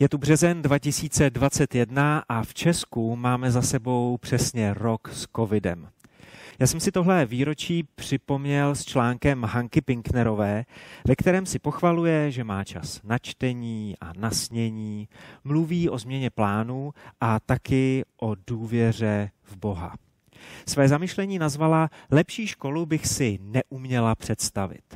Je tu březen 2021 a v Česku máme za sebou přesně rok s covidem. Já jsem si tohle výročí připomněl s článkem Hanky Pinknerové, ve kterém si pochvaluje, že má čas na čtení a na snění, mluví o změně plánů a taky o důvěře v Boha. Své zamyšlení nazvala Lepší školu bych si neuměla představit.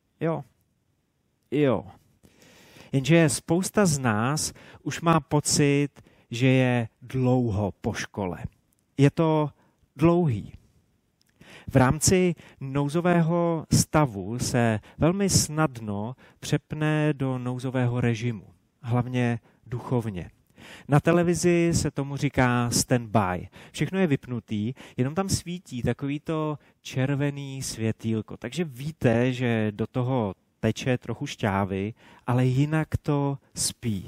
Jo. Jenže spousta z nás už má pocit, že je dlouho po škole. Je to dlouhý. V rámci nouzového stavu se velmi snadno přepne do nouzového režimu, hlavně duchovně. Na televizi se tomu říká stand-by. Všechno je vypnutý, jenom tam svítí takovýto červený světýlko. Takže víte, že do toho teče trochu šťávy, ale jinak to spí.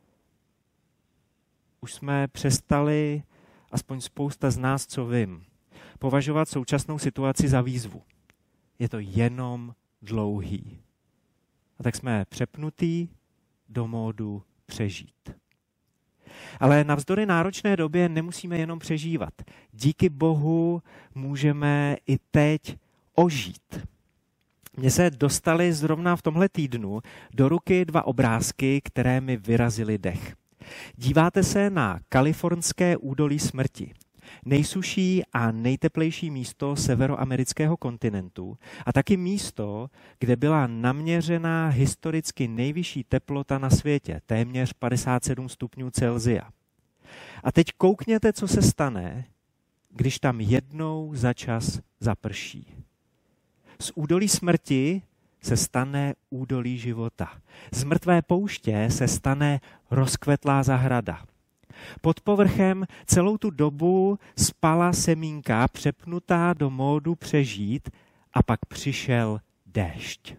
Už jsme přestali, aspoň spousta z nás, co vím, považovat současnou situaci za výzvu. Je to jenom dlouhý. A tak jsme přepnutí do módu přežít. Ale navzdory náročné době nemusíme jenom přežívat. Díky Bohu můžeme i teď ožít. Mně se dostaly zrovna v tomhle týdnu do ruky 2 obrázky, které mi vyrazily dech. Díváte se na kalifornské údolí smrti. Nejsušší a nejteplejší místo severoamerického kontinentu a taky místo, kde byla naměřená historicky nejvyšší teplota na světě, téměř 57 stupňů Celsia. A teď koukněte, co se stane, když tam jednou za čas zaprší. Z údolí smrti se stane údolí života. Z mrtvé pouště se stane rozkvetlá zahrada. Pod povrchem celou tu dobu spala semínka přepnutá do módu přežít a pak přišel déšť.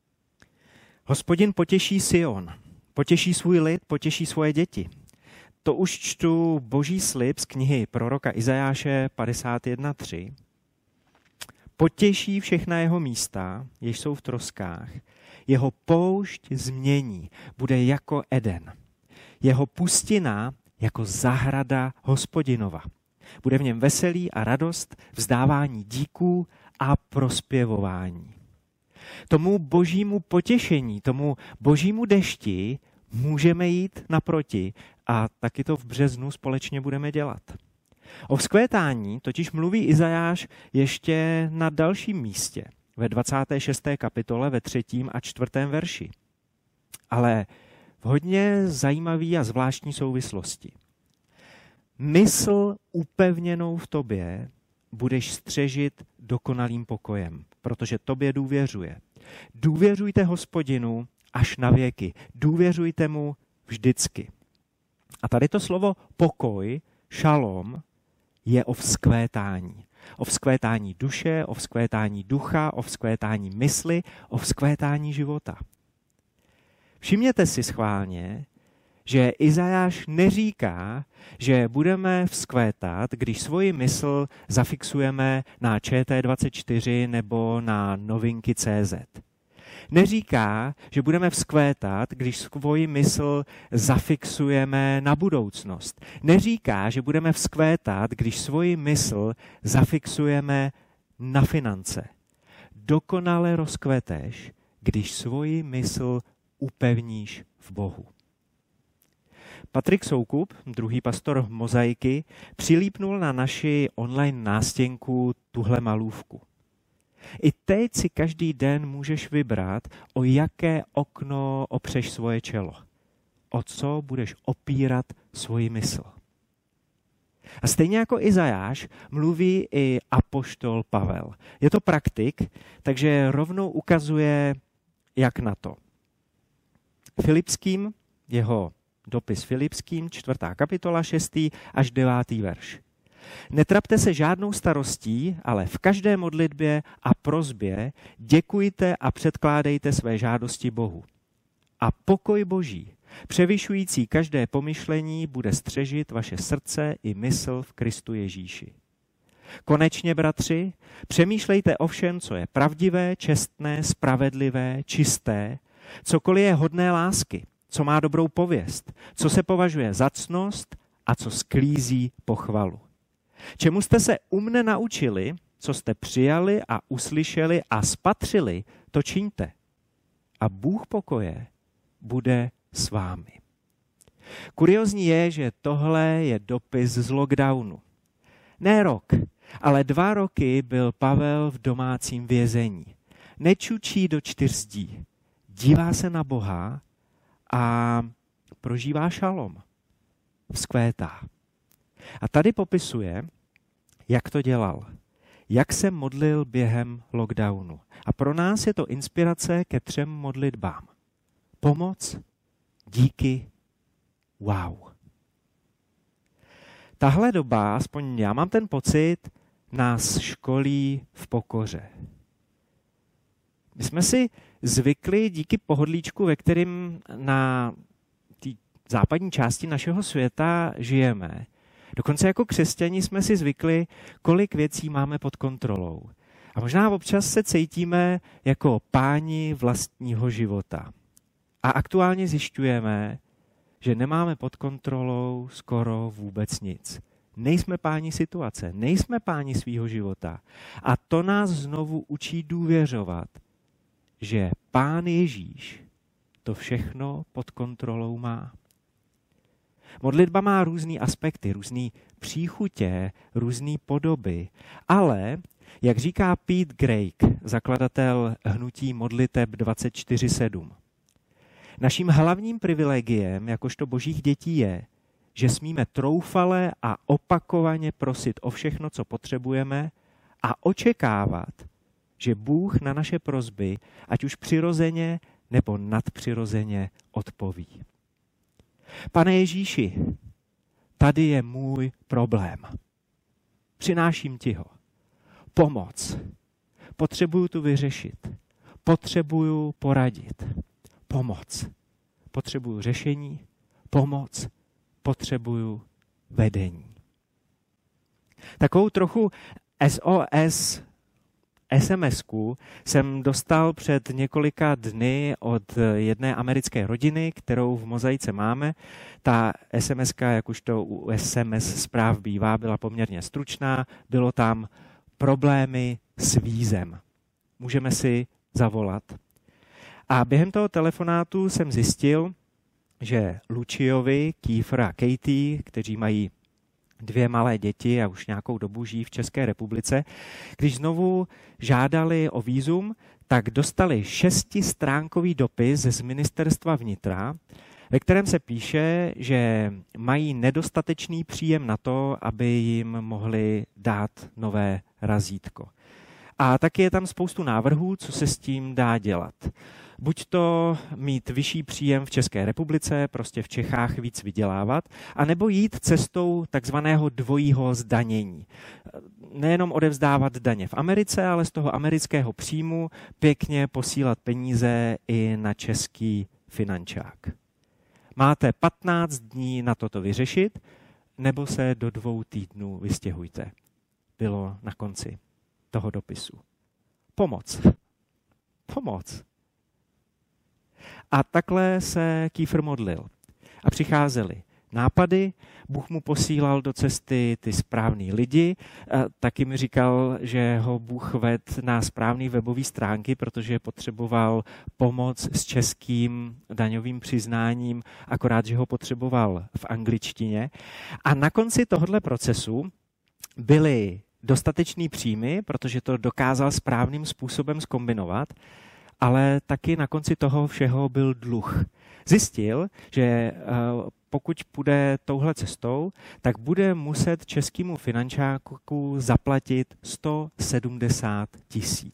Hospodin potěší Sion, potěší svůj lid, potěší svoje děti. To už čtu boží slib z knihy proroka Izajáše 51:3. Potěší všechna jeho místa, jež jsou v troskách. Jeho poušť změní, bude jako Eden. Jeho pustina jako zahrada Hospodinova. Bude v něm veselí a radost, vzdávání díků a prospěvování. Tomu božímu potěšení, tomu božímu dešti můžeme jít naproti a taky to v březnu společně budeme dělat. O vzkvétání totiž mluví Izajáš ještě na dalším místě, ve 26. kapitole ve 3. a 4. verši. Ale v hodně zajímavý a zvláštní souvislosti. Mysl upevněnou v tobě budeš střežit dokonalým pokojem, protože tobě důvěřuje. Důvěřujte Hospodinu až na věky. Důvěřujte mu vždycky. A tady to slovo pokoj, šalom, je o vzkvétání. O vzkvétání duše, o vzkvétání ducha, o vzkvétání mysli, o vzkvétání života. Všimněte si schválně, že Izajáš neříká, že budeme vzkvétat, když svoji mysl zafixujeme na ČT24 nebo na novinky.cz. Neříká, že budeme vzkvétat, když svoji mysl zafixujeme na budoucnost. Neříká, že budeme vzkvétat, když svoji mysl zafixujeme na finance. Dokonale rozkveteš, když svoji mysl upevníš v Bohu. Patrik Soukup, druhý pastor Mozaiky, přilípnul na naši online nástěnku tuhle malůvku. I teď si každý den můžeš vybrat, o jaké okno opřeš svoje čelo. O co budeš opírat svoji mysl. A stejně jako Izajáš mluví i apoštol Pavel. Je to praktik, takže rovnou ukazuje, jak na to. Filipským, jeho dopis Filipským, 4. kapitola, 6. až 9. verš. Netrapte se žádnou starostí, ale v každé modlitbě a prosbě děkujte a předkládejte své žádosti Bohu. A pokoj Boží, převyšující každé pomyšlení, bude střežit vaše srdce i mysl v Kristu Ježíši. Konečně, bratři, přemýšlejte o všem, co je pravdivé, čestné, spravedlivé, čisté, cokoliv je hodné lásky, co má dobrou pověst, co se považuje za ctnost a co sklízí pochvalu. Čemu jste se umne naučili, co jste přijali a uslyšeli a spatřili, to čiňte. A Bůh pokoje bude s vámi. Kuriozní je, že tohle je dopis z lockdownu. Ne rok, ale 2 roky byl Pavel v domácím vězení. Nečučí do 4 zdí, dívá se na Boha a prožívá šalom. Vzkvétá. A tady popisuje, jak to dělal. Jak se modlil během lockdownu. A pro nás je to inspirace ke 3 modlitbám. Pomoc, díky, wow. Tahle doba, aspoň já mám ten pocit, nás školí v pokoře. My jsme si zvykli díky pohodlíčku, ve kterým na té západní části našeho světa žijeme. Dokonce jako křesťani jsme si zvykli, kolik věcí máme pod kontrolou. A možná občas se cítíme jako páni vlastního života. A aktuálně zjišťujeme, že nemáme pod kontrolou skoro vůbec nic. Nejsme páni situace, nejsme páni svýho života. A to nás znovu učí důvěřovat, že Pán Ježíš to všechno pod kontrolou má. Modlitba má různý aspekty, různý příchutě, různý podoby, ale, jak říká Pete Greig, zakladatel hnutí modliteb 24/7, naším hlavním privilegiem, jakožto božích dětí, je, že smíme troufale a opakovaně prosit o všechno, co potřebujeme a očekávat, že Bůh na naše prosby, ať už přirozeně nebo nadpřirozeně, odpoví. Pane Ježíši, tady je můj problém. Přináším ti ho. Pomoc. Potřebuju tu vyřešit. Potřebuju poradit. Pomoc. Potřebuju řešení. Pomoc. Potřebuju vedení. Takovou trochu SOS SMS-ku jsem dostal před několika dny od jedné americké rodiny, kterou v Mozaice máme. Ta SMS-ka, jak už to u SMS zpráv bývá, byla poměrně stručná. Bylo tam problémy s vízem. Můžeme si zavolat. A během toho telefonátu jsem zjistil, že Luciovi, Kiefer a Katie, kteří mají 2 malé děti a už nějakou dobu žijí v České republice, když znovu žádali o vízum, tak dostali 6stránkový dopis z ministerstva vnitra, ve kterém se píše, že mají nedostatečný příjem na to, aby jim mohli dát nové razítko. A taky je tam spoustu návrhů, co se s tím dá dělat. Buď to mít vyšší příjem v České republice, prostě v Čechách víc vydělávat, anebo jít cestou takzvaného dvojího zdanění. Nejenom odevzdávat daně v Americe, ale z toho amerického příjmu pěkně posílat peníze i na český finančák. Máte 15 dní na toto vyřešit, nebo se do 2 týdnů vystěhujte. Bylo na konci toho dopisu. Pomoc. Pomoc. A takhle se Kiefer modlil. A přicházely nápady, Bůh mu posílal do cesty ty správný lidi, taky mi říkal, že ho Bůh vedl na správný webové stránky, protože potřeboval pomoc s českým daňovým přiznáním, akorát, že ho potřeboval v angličtině. A na konci tohoto procesu byly dostatečný příjmy, protože to dokázal správným způsobem zkombinovat, ale taky na konci toho všeho byl dluh. Zjistil, že pokud půjde touhle cestou, tak bude muset českému finančáku zaplatit 170 000.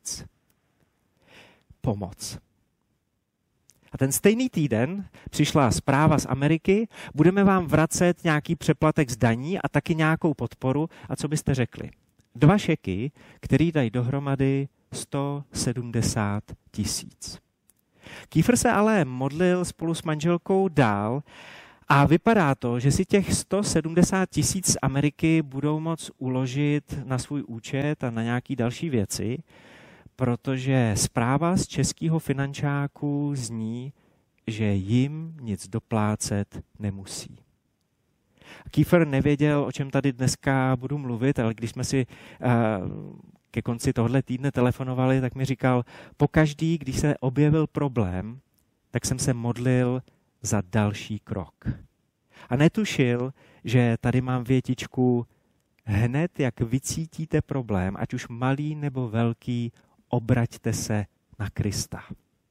Pomoc. A ten stejný týden přišla zpráva z Ameriky, budeme vám vracet nějaký přeplatek z daní a taky nějakou podporu. A co byste řekli? 2 šeky, který dají dohromady 170 000. Kiefer se ale modlil spolu s manželkou dál a vypadá to, že si těch 170 000 z Ameriky budou moct uložit na svůj účet a na nějaké další věci, protože zpráva z českého finančáku zní, že jim nic doplácet nemusí. Kiefer nevěděl, o čem tady dneska budu mluvit, ale když jsme si ke konci tohle týdne telefonovali, tak mi říkal, pokaždý, když se objevil problém, tak jsem se modlil za další krok. A netušil, že tady mám větičku, hned jak vycítíte problém, ať už malý nebo velký, obraťte se na Krista.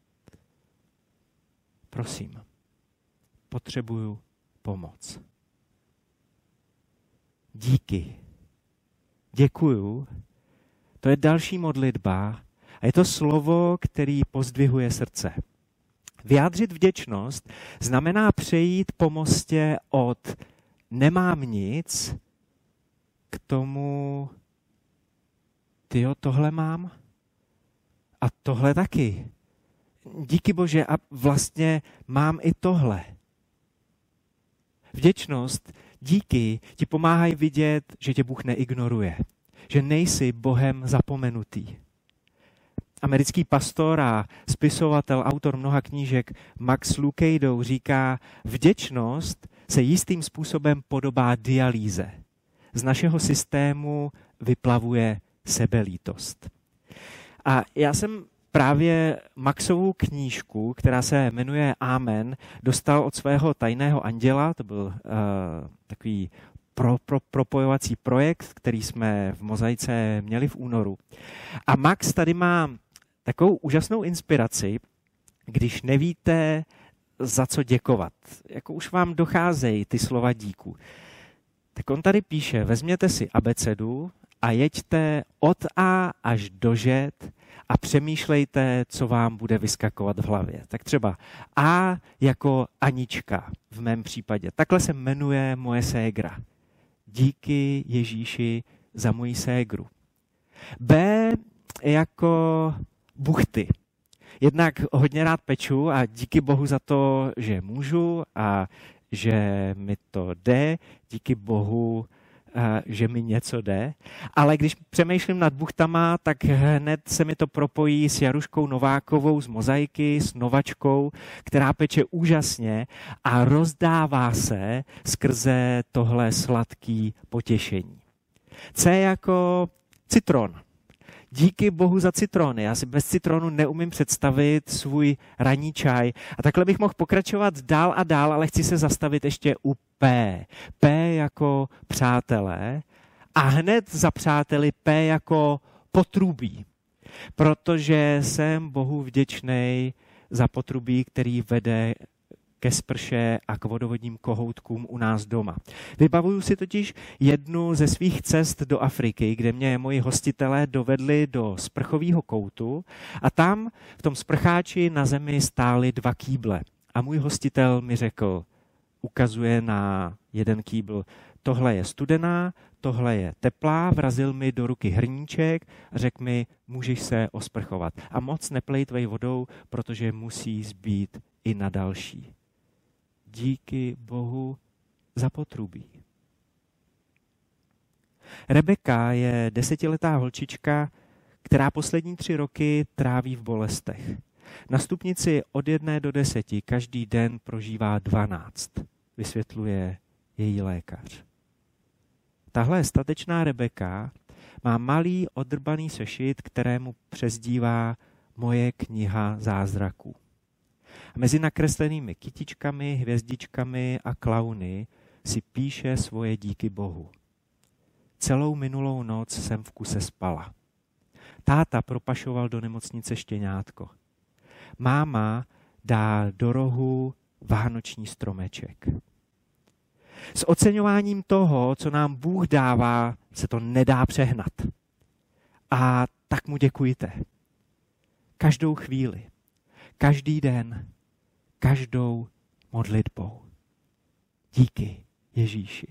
Prosím, potřebuju pomoc. Díky. Děkuju. To je další modlitba a je to slovo, který pozdvihuje srdce. Vyjádřit vděčnost znamená přejít po mostě od nemám nic k tomu tyjo, tohle mám a tohle taky. Díky Bože a vlastně mám i tohle. Vděčnost, díky ti pomáhají vidět, že tě Bůh neignoruje, že nejsi Bohem zapomenutý. Americký pastor a spisovatel, autor mnoha knížek Max Lucado říká, vděčnost se jistým způsobem podobá dialýze. Z našeho systému vyplavuje sebelítost. A já jsem právě Maxovu knížku, která se jmenuje Amen, dostal od svého tajného anděla, to byl takový propojovací projekt, který jsme v Mozaice měli v únoru. A Max tady má takovou úžasnou inspiraci, když nevíte, za co děkovat. Jako už vám docházejí ty slova díku. Tak on tady píše, vezměte si abecedu a jeďte od A až do Ž a přemýšlejte, co vám bude vyskakovat v hlavě. Tak třeba A jako Anička v mém případě. Takhle se jmenuje moje ségra. Díky Ježíši za moji ségru. B jako buchty. Jednak hodně rád peču a díky Bohu za to, že můžu a že mi to jde. Díky Bohu, že mi něco jde. Ale když přemýšlím nad buchtama, tak hned se mi to propojí s Jaruškou Novákovou z Mozaiky, s Novačkou, která peče úžasně a rozdává se skrze tohle sladký potěšení. C jako citron. Díky Bohu za citrony. Já si bez citronu neumím představit svůj ranní čaj. A takhle bych mohl pokračovat dál a dál, ale chci se zastavit ještě u P. P jako přátelé a hned za přáteli P jako potrubí. Protože jsem Bohu vděčnej za potrubí, který vede ke sprše a k vodovodním kohoutkům u nás doma. Vybavuju si totiž jednu ze svých cest do Afriky, kde mě moji hostitelé dovedli do sprchového koutu a tam v tom sprcháči na zemi stály 2 kýble. A můj hostitel mi řekl, ukazuje na jeden kýbl, tohle je studená, tohle je teplá, vrazil mi do ruky hrníček a řekl mi, můžeš se osprchovat. A moc neplejtvej vodou, protože musí zbýt i na další. Díky Bohu za potrubí. Rebeka je 10letá holčička, která poslední 3 roky tráví v bolestech. Na stupnici od 1 do 10 každý den prožívá 12, vysvětluje její lékař. Tahle statečná Rebeka má malý odrbaný sešit, kterému přezdívá Moje kniha zázraků. A mezi nakreslenými kytičkami, hvězdičkami a klauny si píše svoje díky Bohu. Celou minulou noc jsem v kuse spala. Táta propašoval do nemocnice štěňátko. Máma dá do rohu vánoční stromeček. S oceňováním toho, co nám Bůh dává, se to nedá přehnat. A tak mu děkujte. Každou chvíli, každý den, každou modlitbou. Díky Ježíši.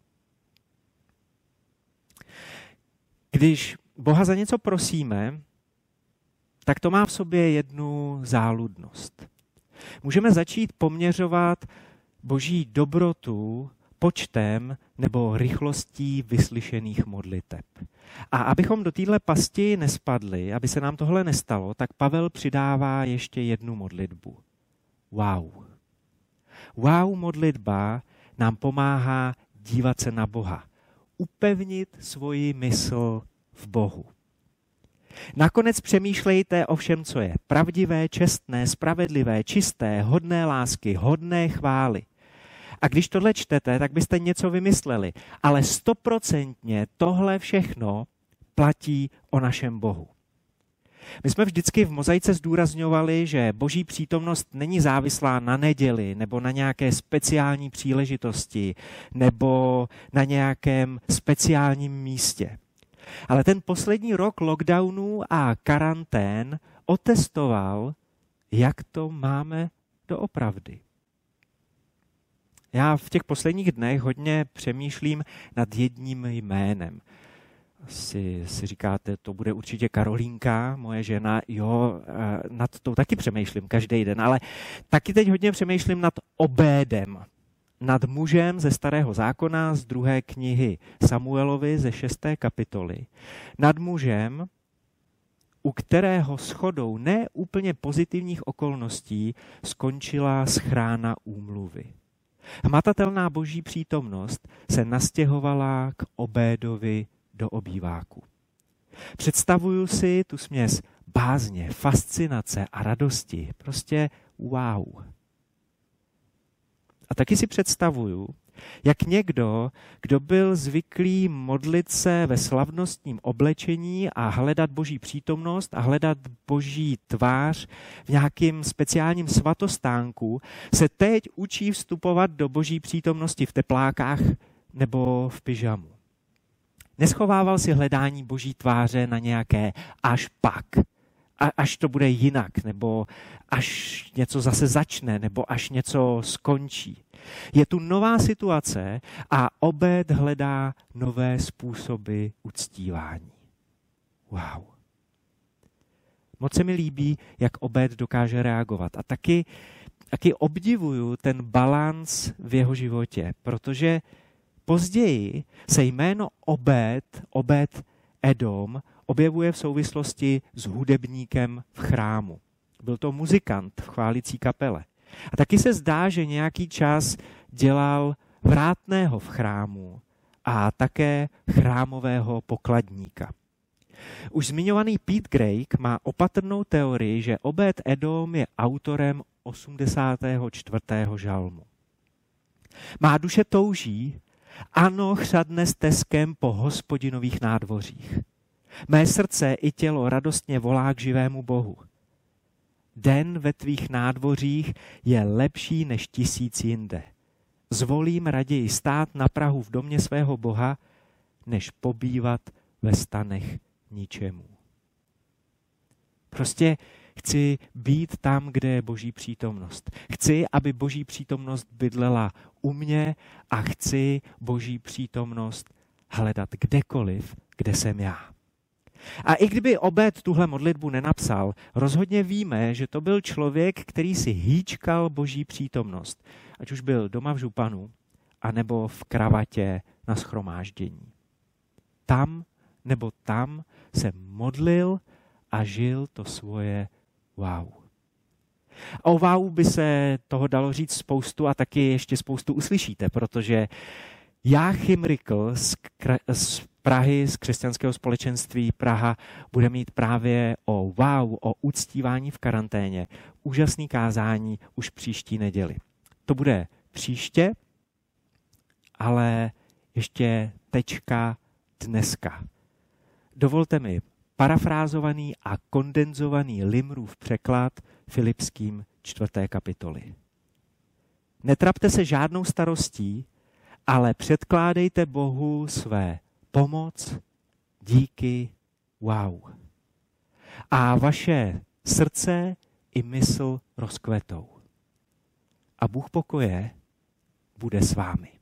Když Boha za něco prosíme, tak to má v sobě jednu záludnost. Můžeme začít poměřovat Boží dobrotu počtem nebo rychlostí vyslyšených modliteb. A abychom do téhle pasti nespadli, aby se nám tohle nestalo, tak Pavel přidává ještě jednu modlitbu. wow. Wow modlitba nám pomáhá dívat se na Boha. Upevnit svoji mysl v Bohu. Nakonec přemýšlejte o všem, co je pravdivé, čestné, spravedlivé, čisté, hodné lásky, hodné chvály. A když tohle čtete, tak byste něco vymysleli. Ale 100% tohle všechno platí o našem Bohu. My jsme vždycky v Mozaice zdůrazňovali, že Boží přítomnost není závislá na neděli nebo na nějaké speciální příležitosti nebo na nějakém speciálním místě. Ale ten poslední rok lockdownů a karantén otestoval, jak to máme doopravdy. Já v těch posledních dnech hodně přemýšlím nad jedním jménem. Si říkáte, to bude určitě Karolínka, moje žena, jo, nad tou taky přemýšlím každý den, ale taky teď hodně přemýšlím nad Obédem, nad mužem ze Starého zákona z 2. knihy Samuelovi ze 6. kapitoly, nad mužem, u kterého shodou ne úplně pozitivních okolností skončila schrána úmluvy. Hmatatelná Boží přítomnost se nastěhovala k Obédovi do obýváku. Představuju si tu směs bázně, fascinace a radosti. Prostě wow. A taky si představuju, jak někdo, kdo byl zvyklý modlit se ve slavnostním oblečení a hledat Boží přítomnost a hledat Boží tvář v nějakém speciálním svatostánku, se teď učí vstupovat do Boží přítomnosti v teplákách nebo v pyžamu. Neschovával si hledání Boží tváře na nějaké až pak, až to bude jinak, nebo až něco zase začne, nebo až něco skončí. Je tu nová situace a Obéd hledá nové způsoby uctívání. Wow. Moc se mi líbí, jak Obéd dokáže reagovat. A taky obdivuju ten balans v jeho životě, protože později se jméno Obed Edom, objevuje v souvislosti s hudebníkem v chrámu. Byl to muzikant v chválící kapele. A taky se zdá, že nějaký čas dělal vrátného v chrámu a také chrámového pokladníka. Už zmiňovaný Pete Greig má opatrnou teorii, že Obed Edom je autorem 84. žalmu. Má duše touží, ano, chřadne steskem po Hospodinových nádvořích. Mé srdce i tělo radostně volá k živému Bohu. Den ve tvých nádvořích je lepší než 1000 jinde. Zvolím raději stát na prahu v domě svého Boha, než pobývat ve stanech ničemu. Prostě chci být tam, kde je Boží přítomnost. Chci, aby Boží přítomnost bydlela u mě a chci Boží přítomnost hledat kdekoliv, kde jsem já. A i kdyby Obed tuhle modlitbu nenapsal, rozhodně víme, že to byl člověk, který si hýčkal Boží přítomnost. Ať už byl doma v županu, anebo v kravatě na shromáždění. Tam nebo tam se modlil a žil to svoje wow. O wow by se toho dalo říct spoustu a taky ještě spoustu uslyšíte, protože Jáchym Rykl z Prahy, z křesťanského společenství Praha, bude mít právě o wow, o uctívání v karanténě úžasný kázání už příští neděli. To bude příště, ale ještě tečka dneska. Dovolte mi parafrázovaný a kondenzovaný Limrův překlad Filipským 4. kapitoly. Netrapte se žádnou starostí, ale předkládejte Bohu své pomoc, díky, wow. A vaše srdce i mysl rozkvetou. A Bůh pokoje bude s vámi.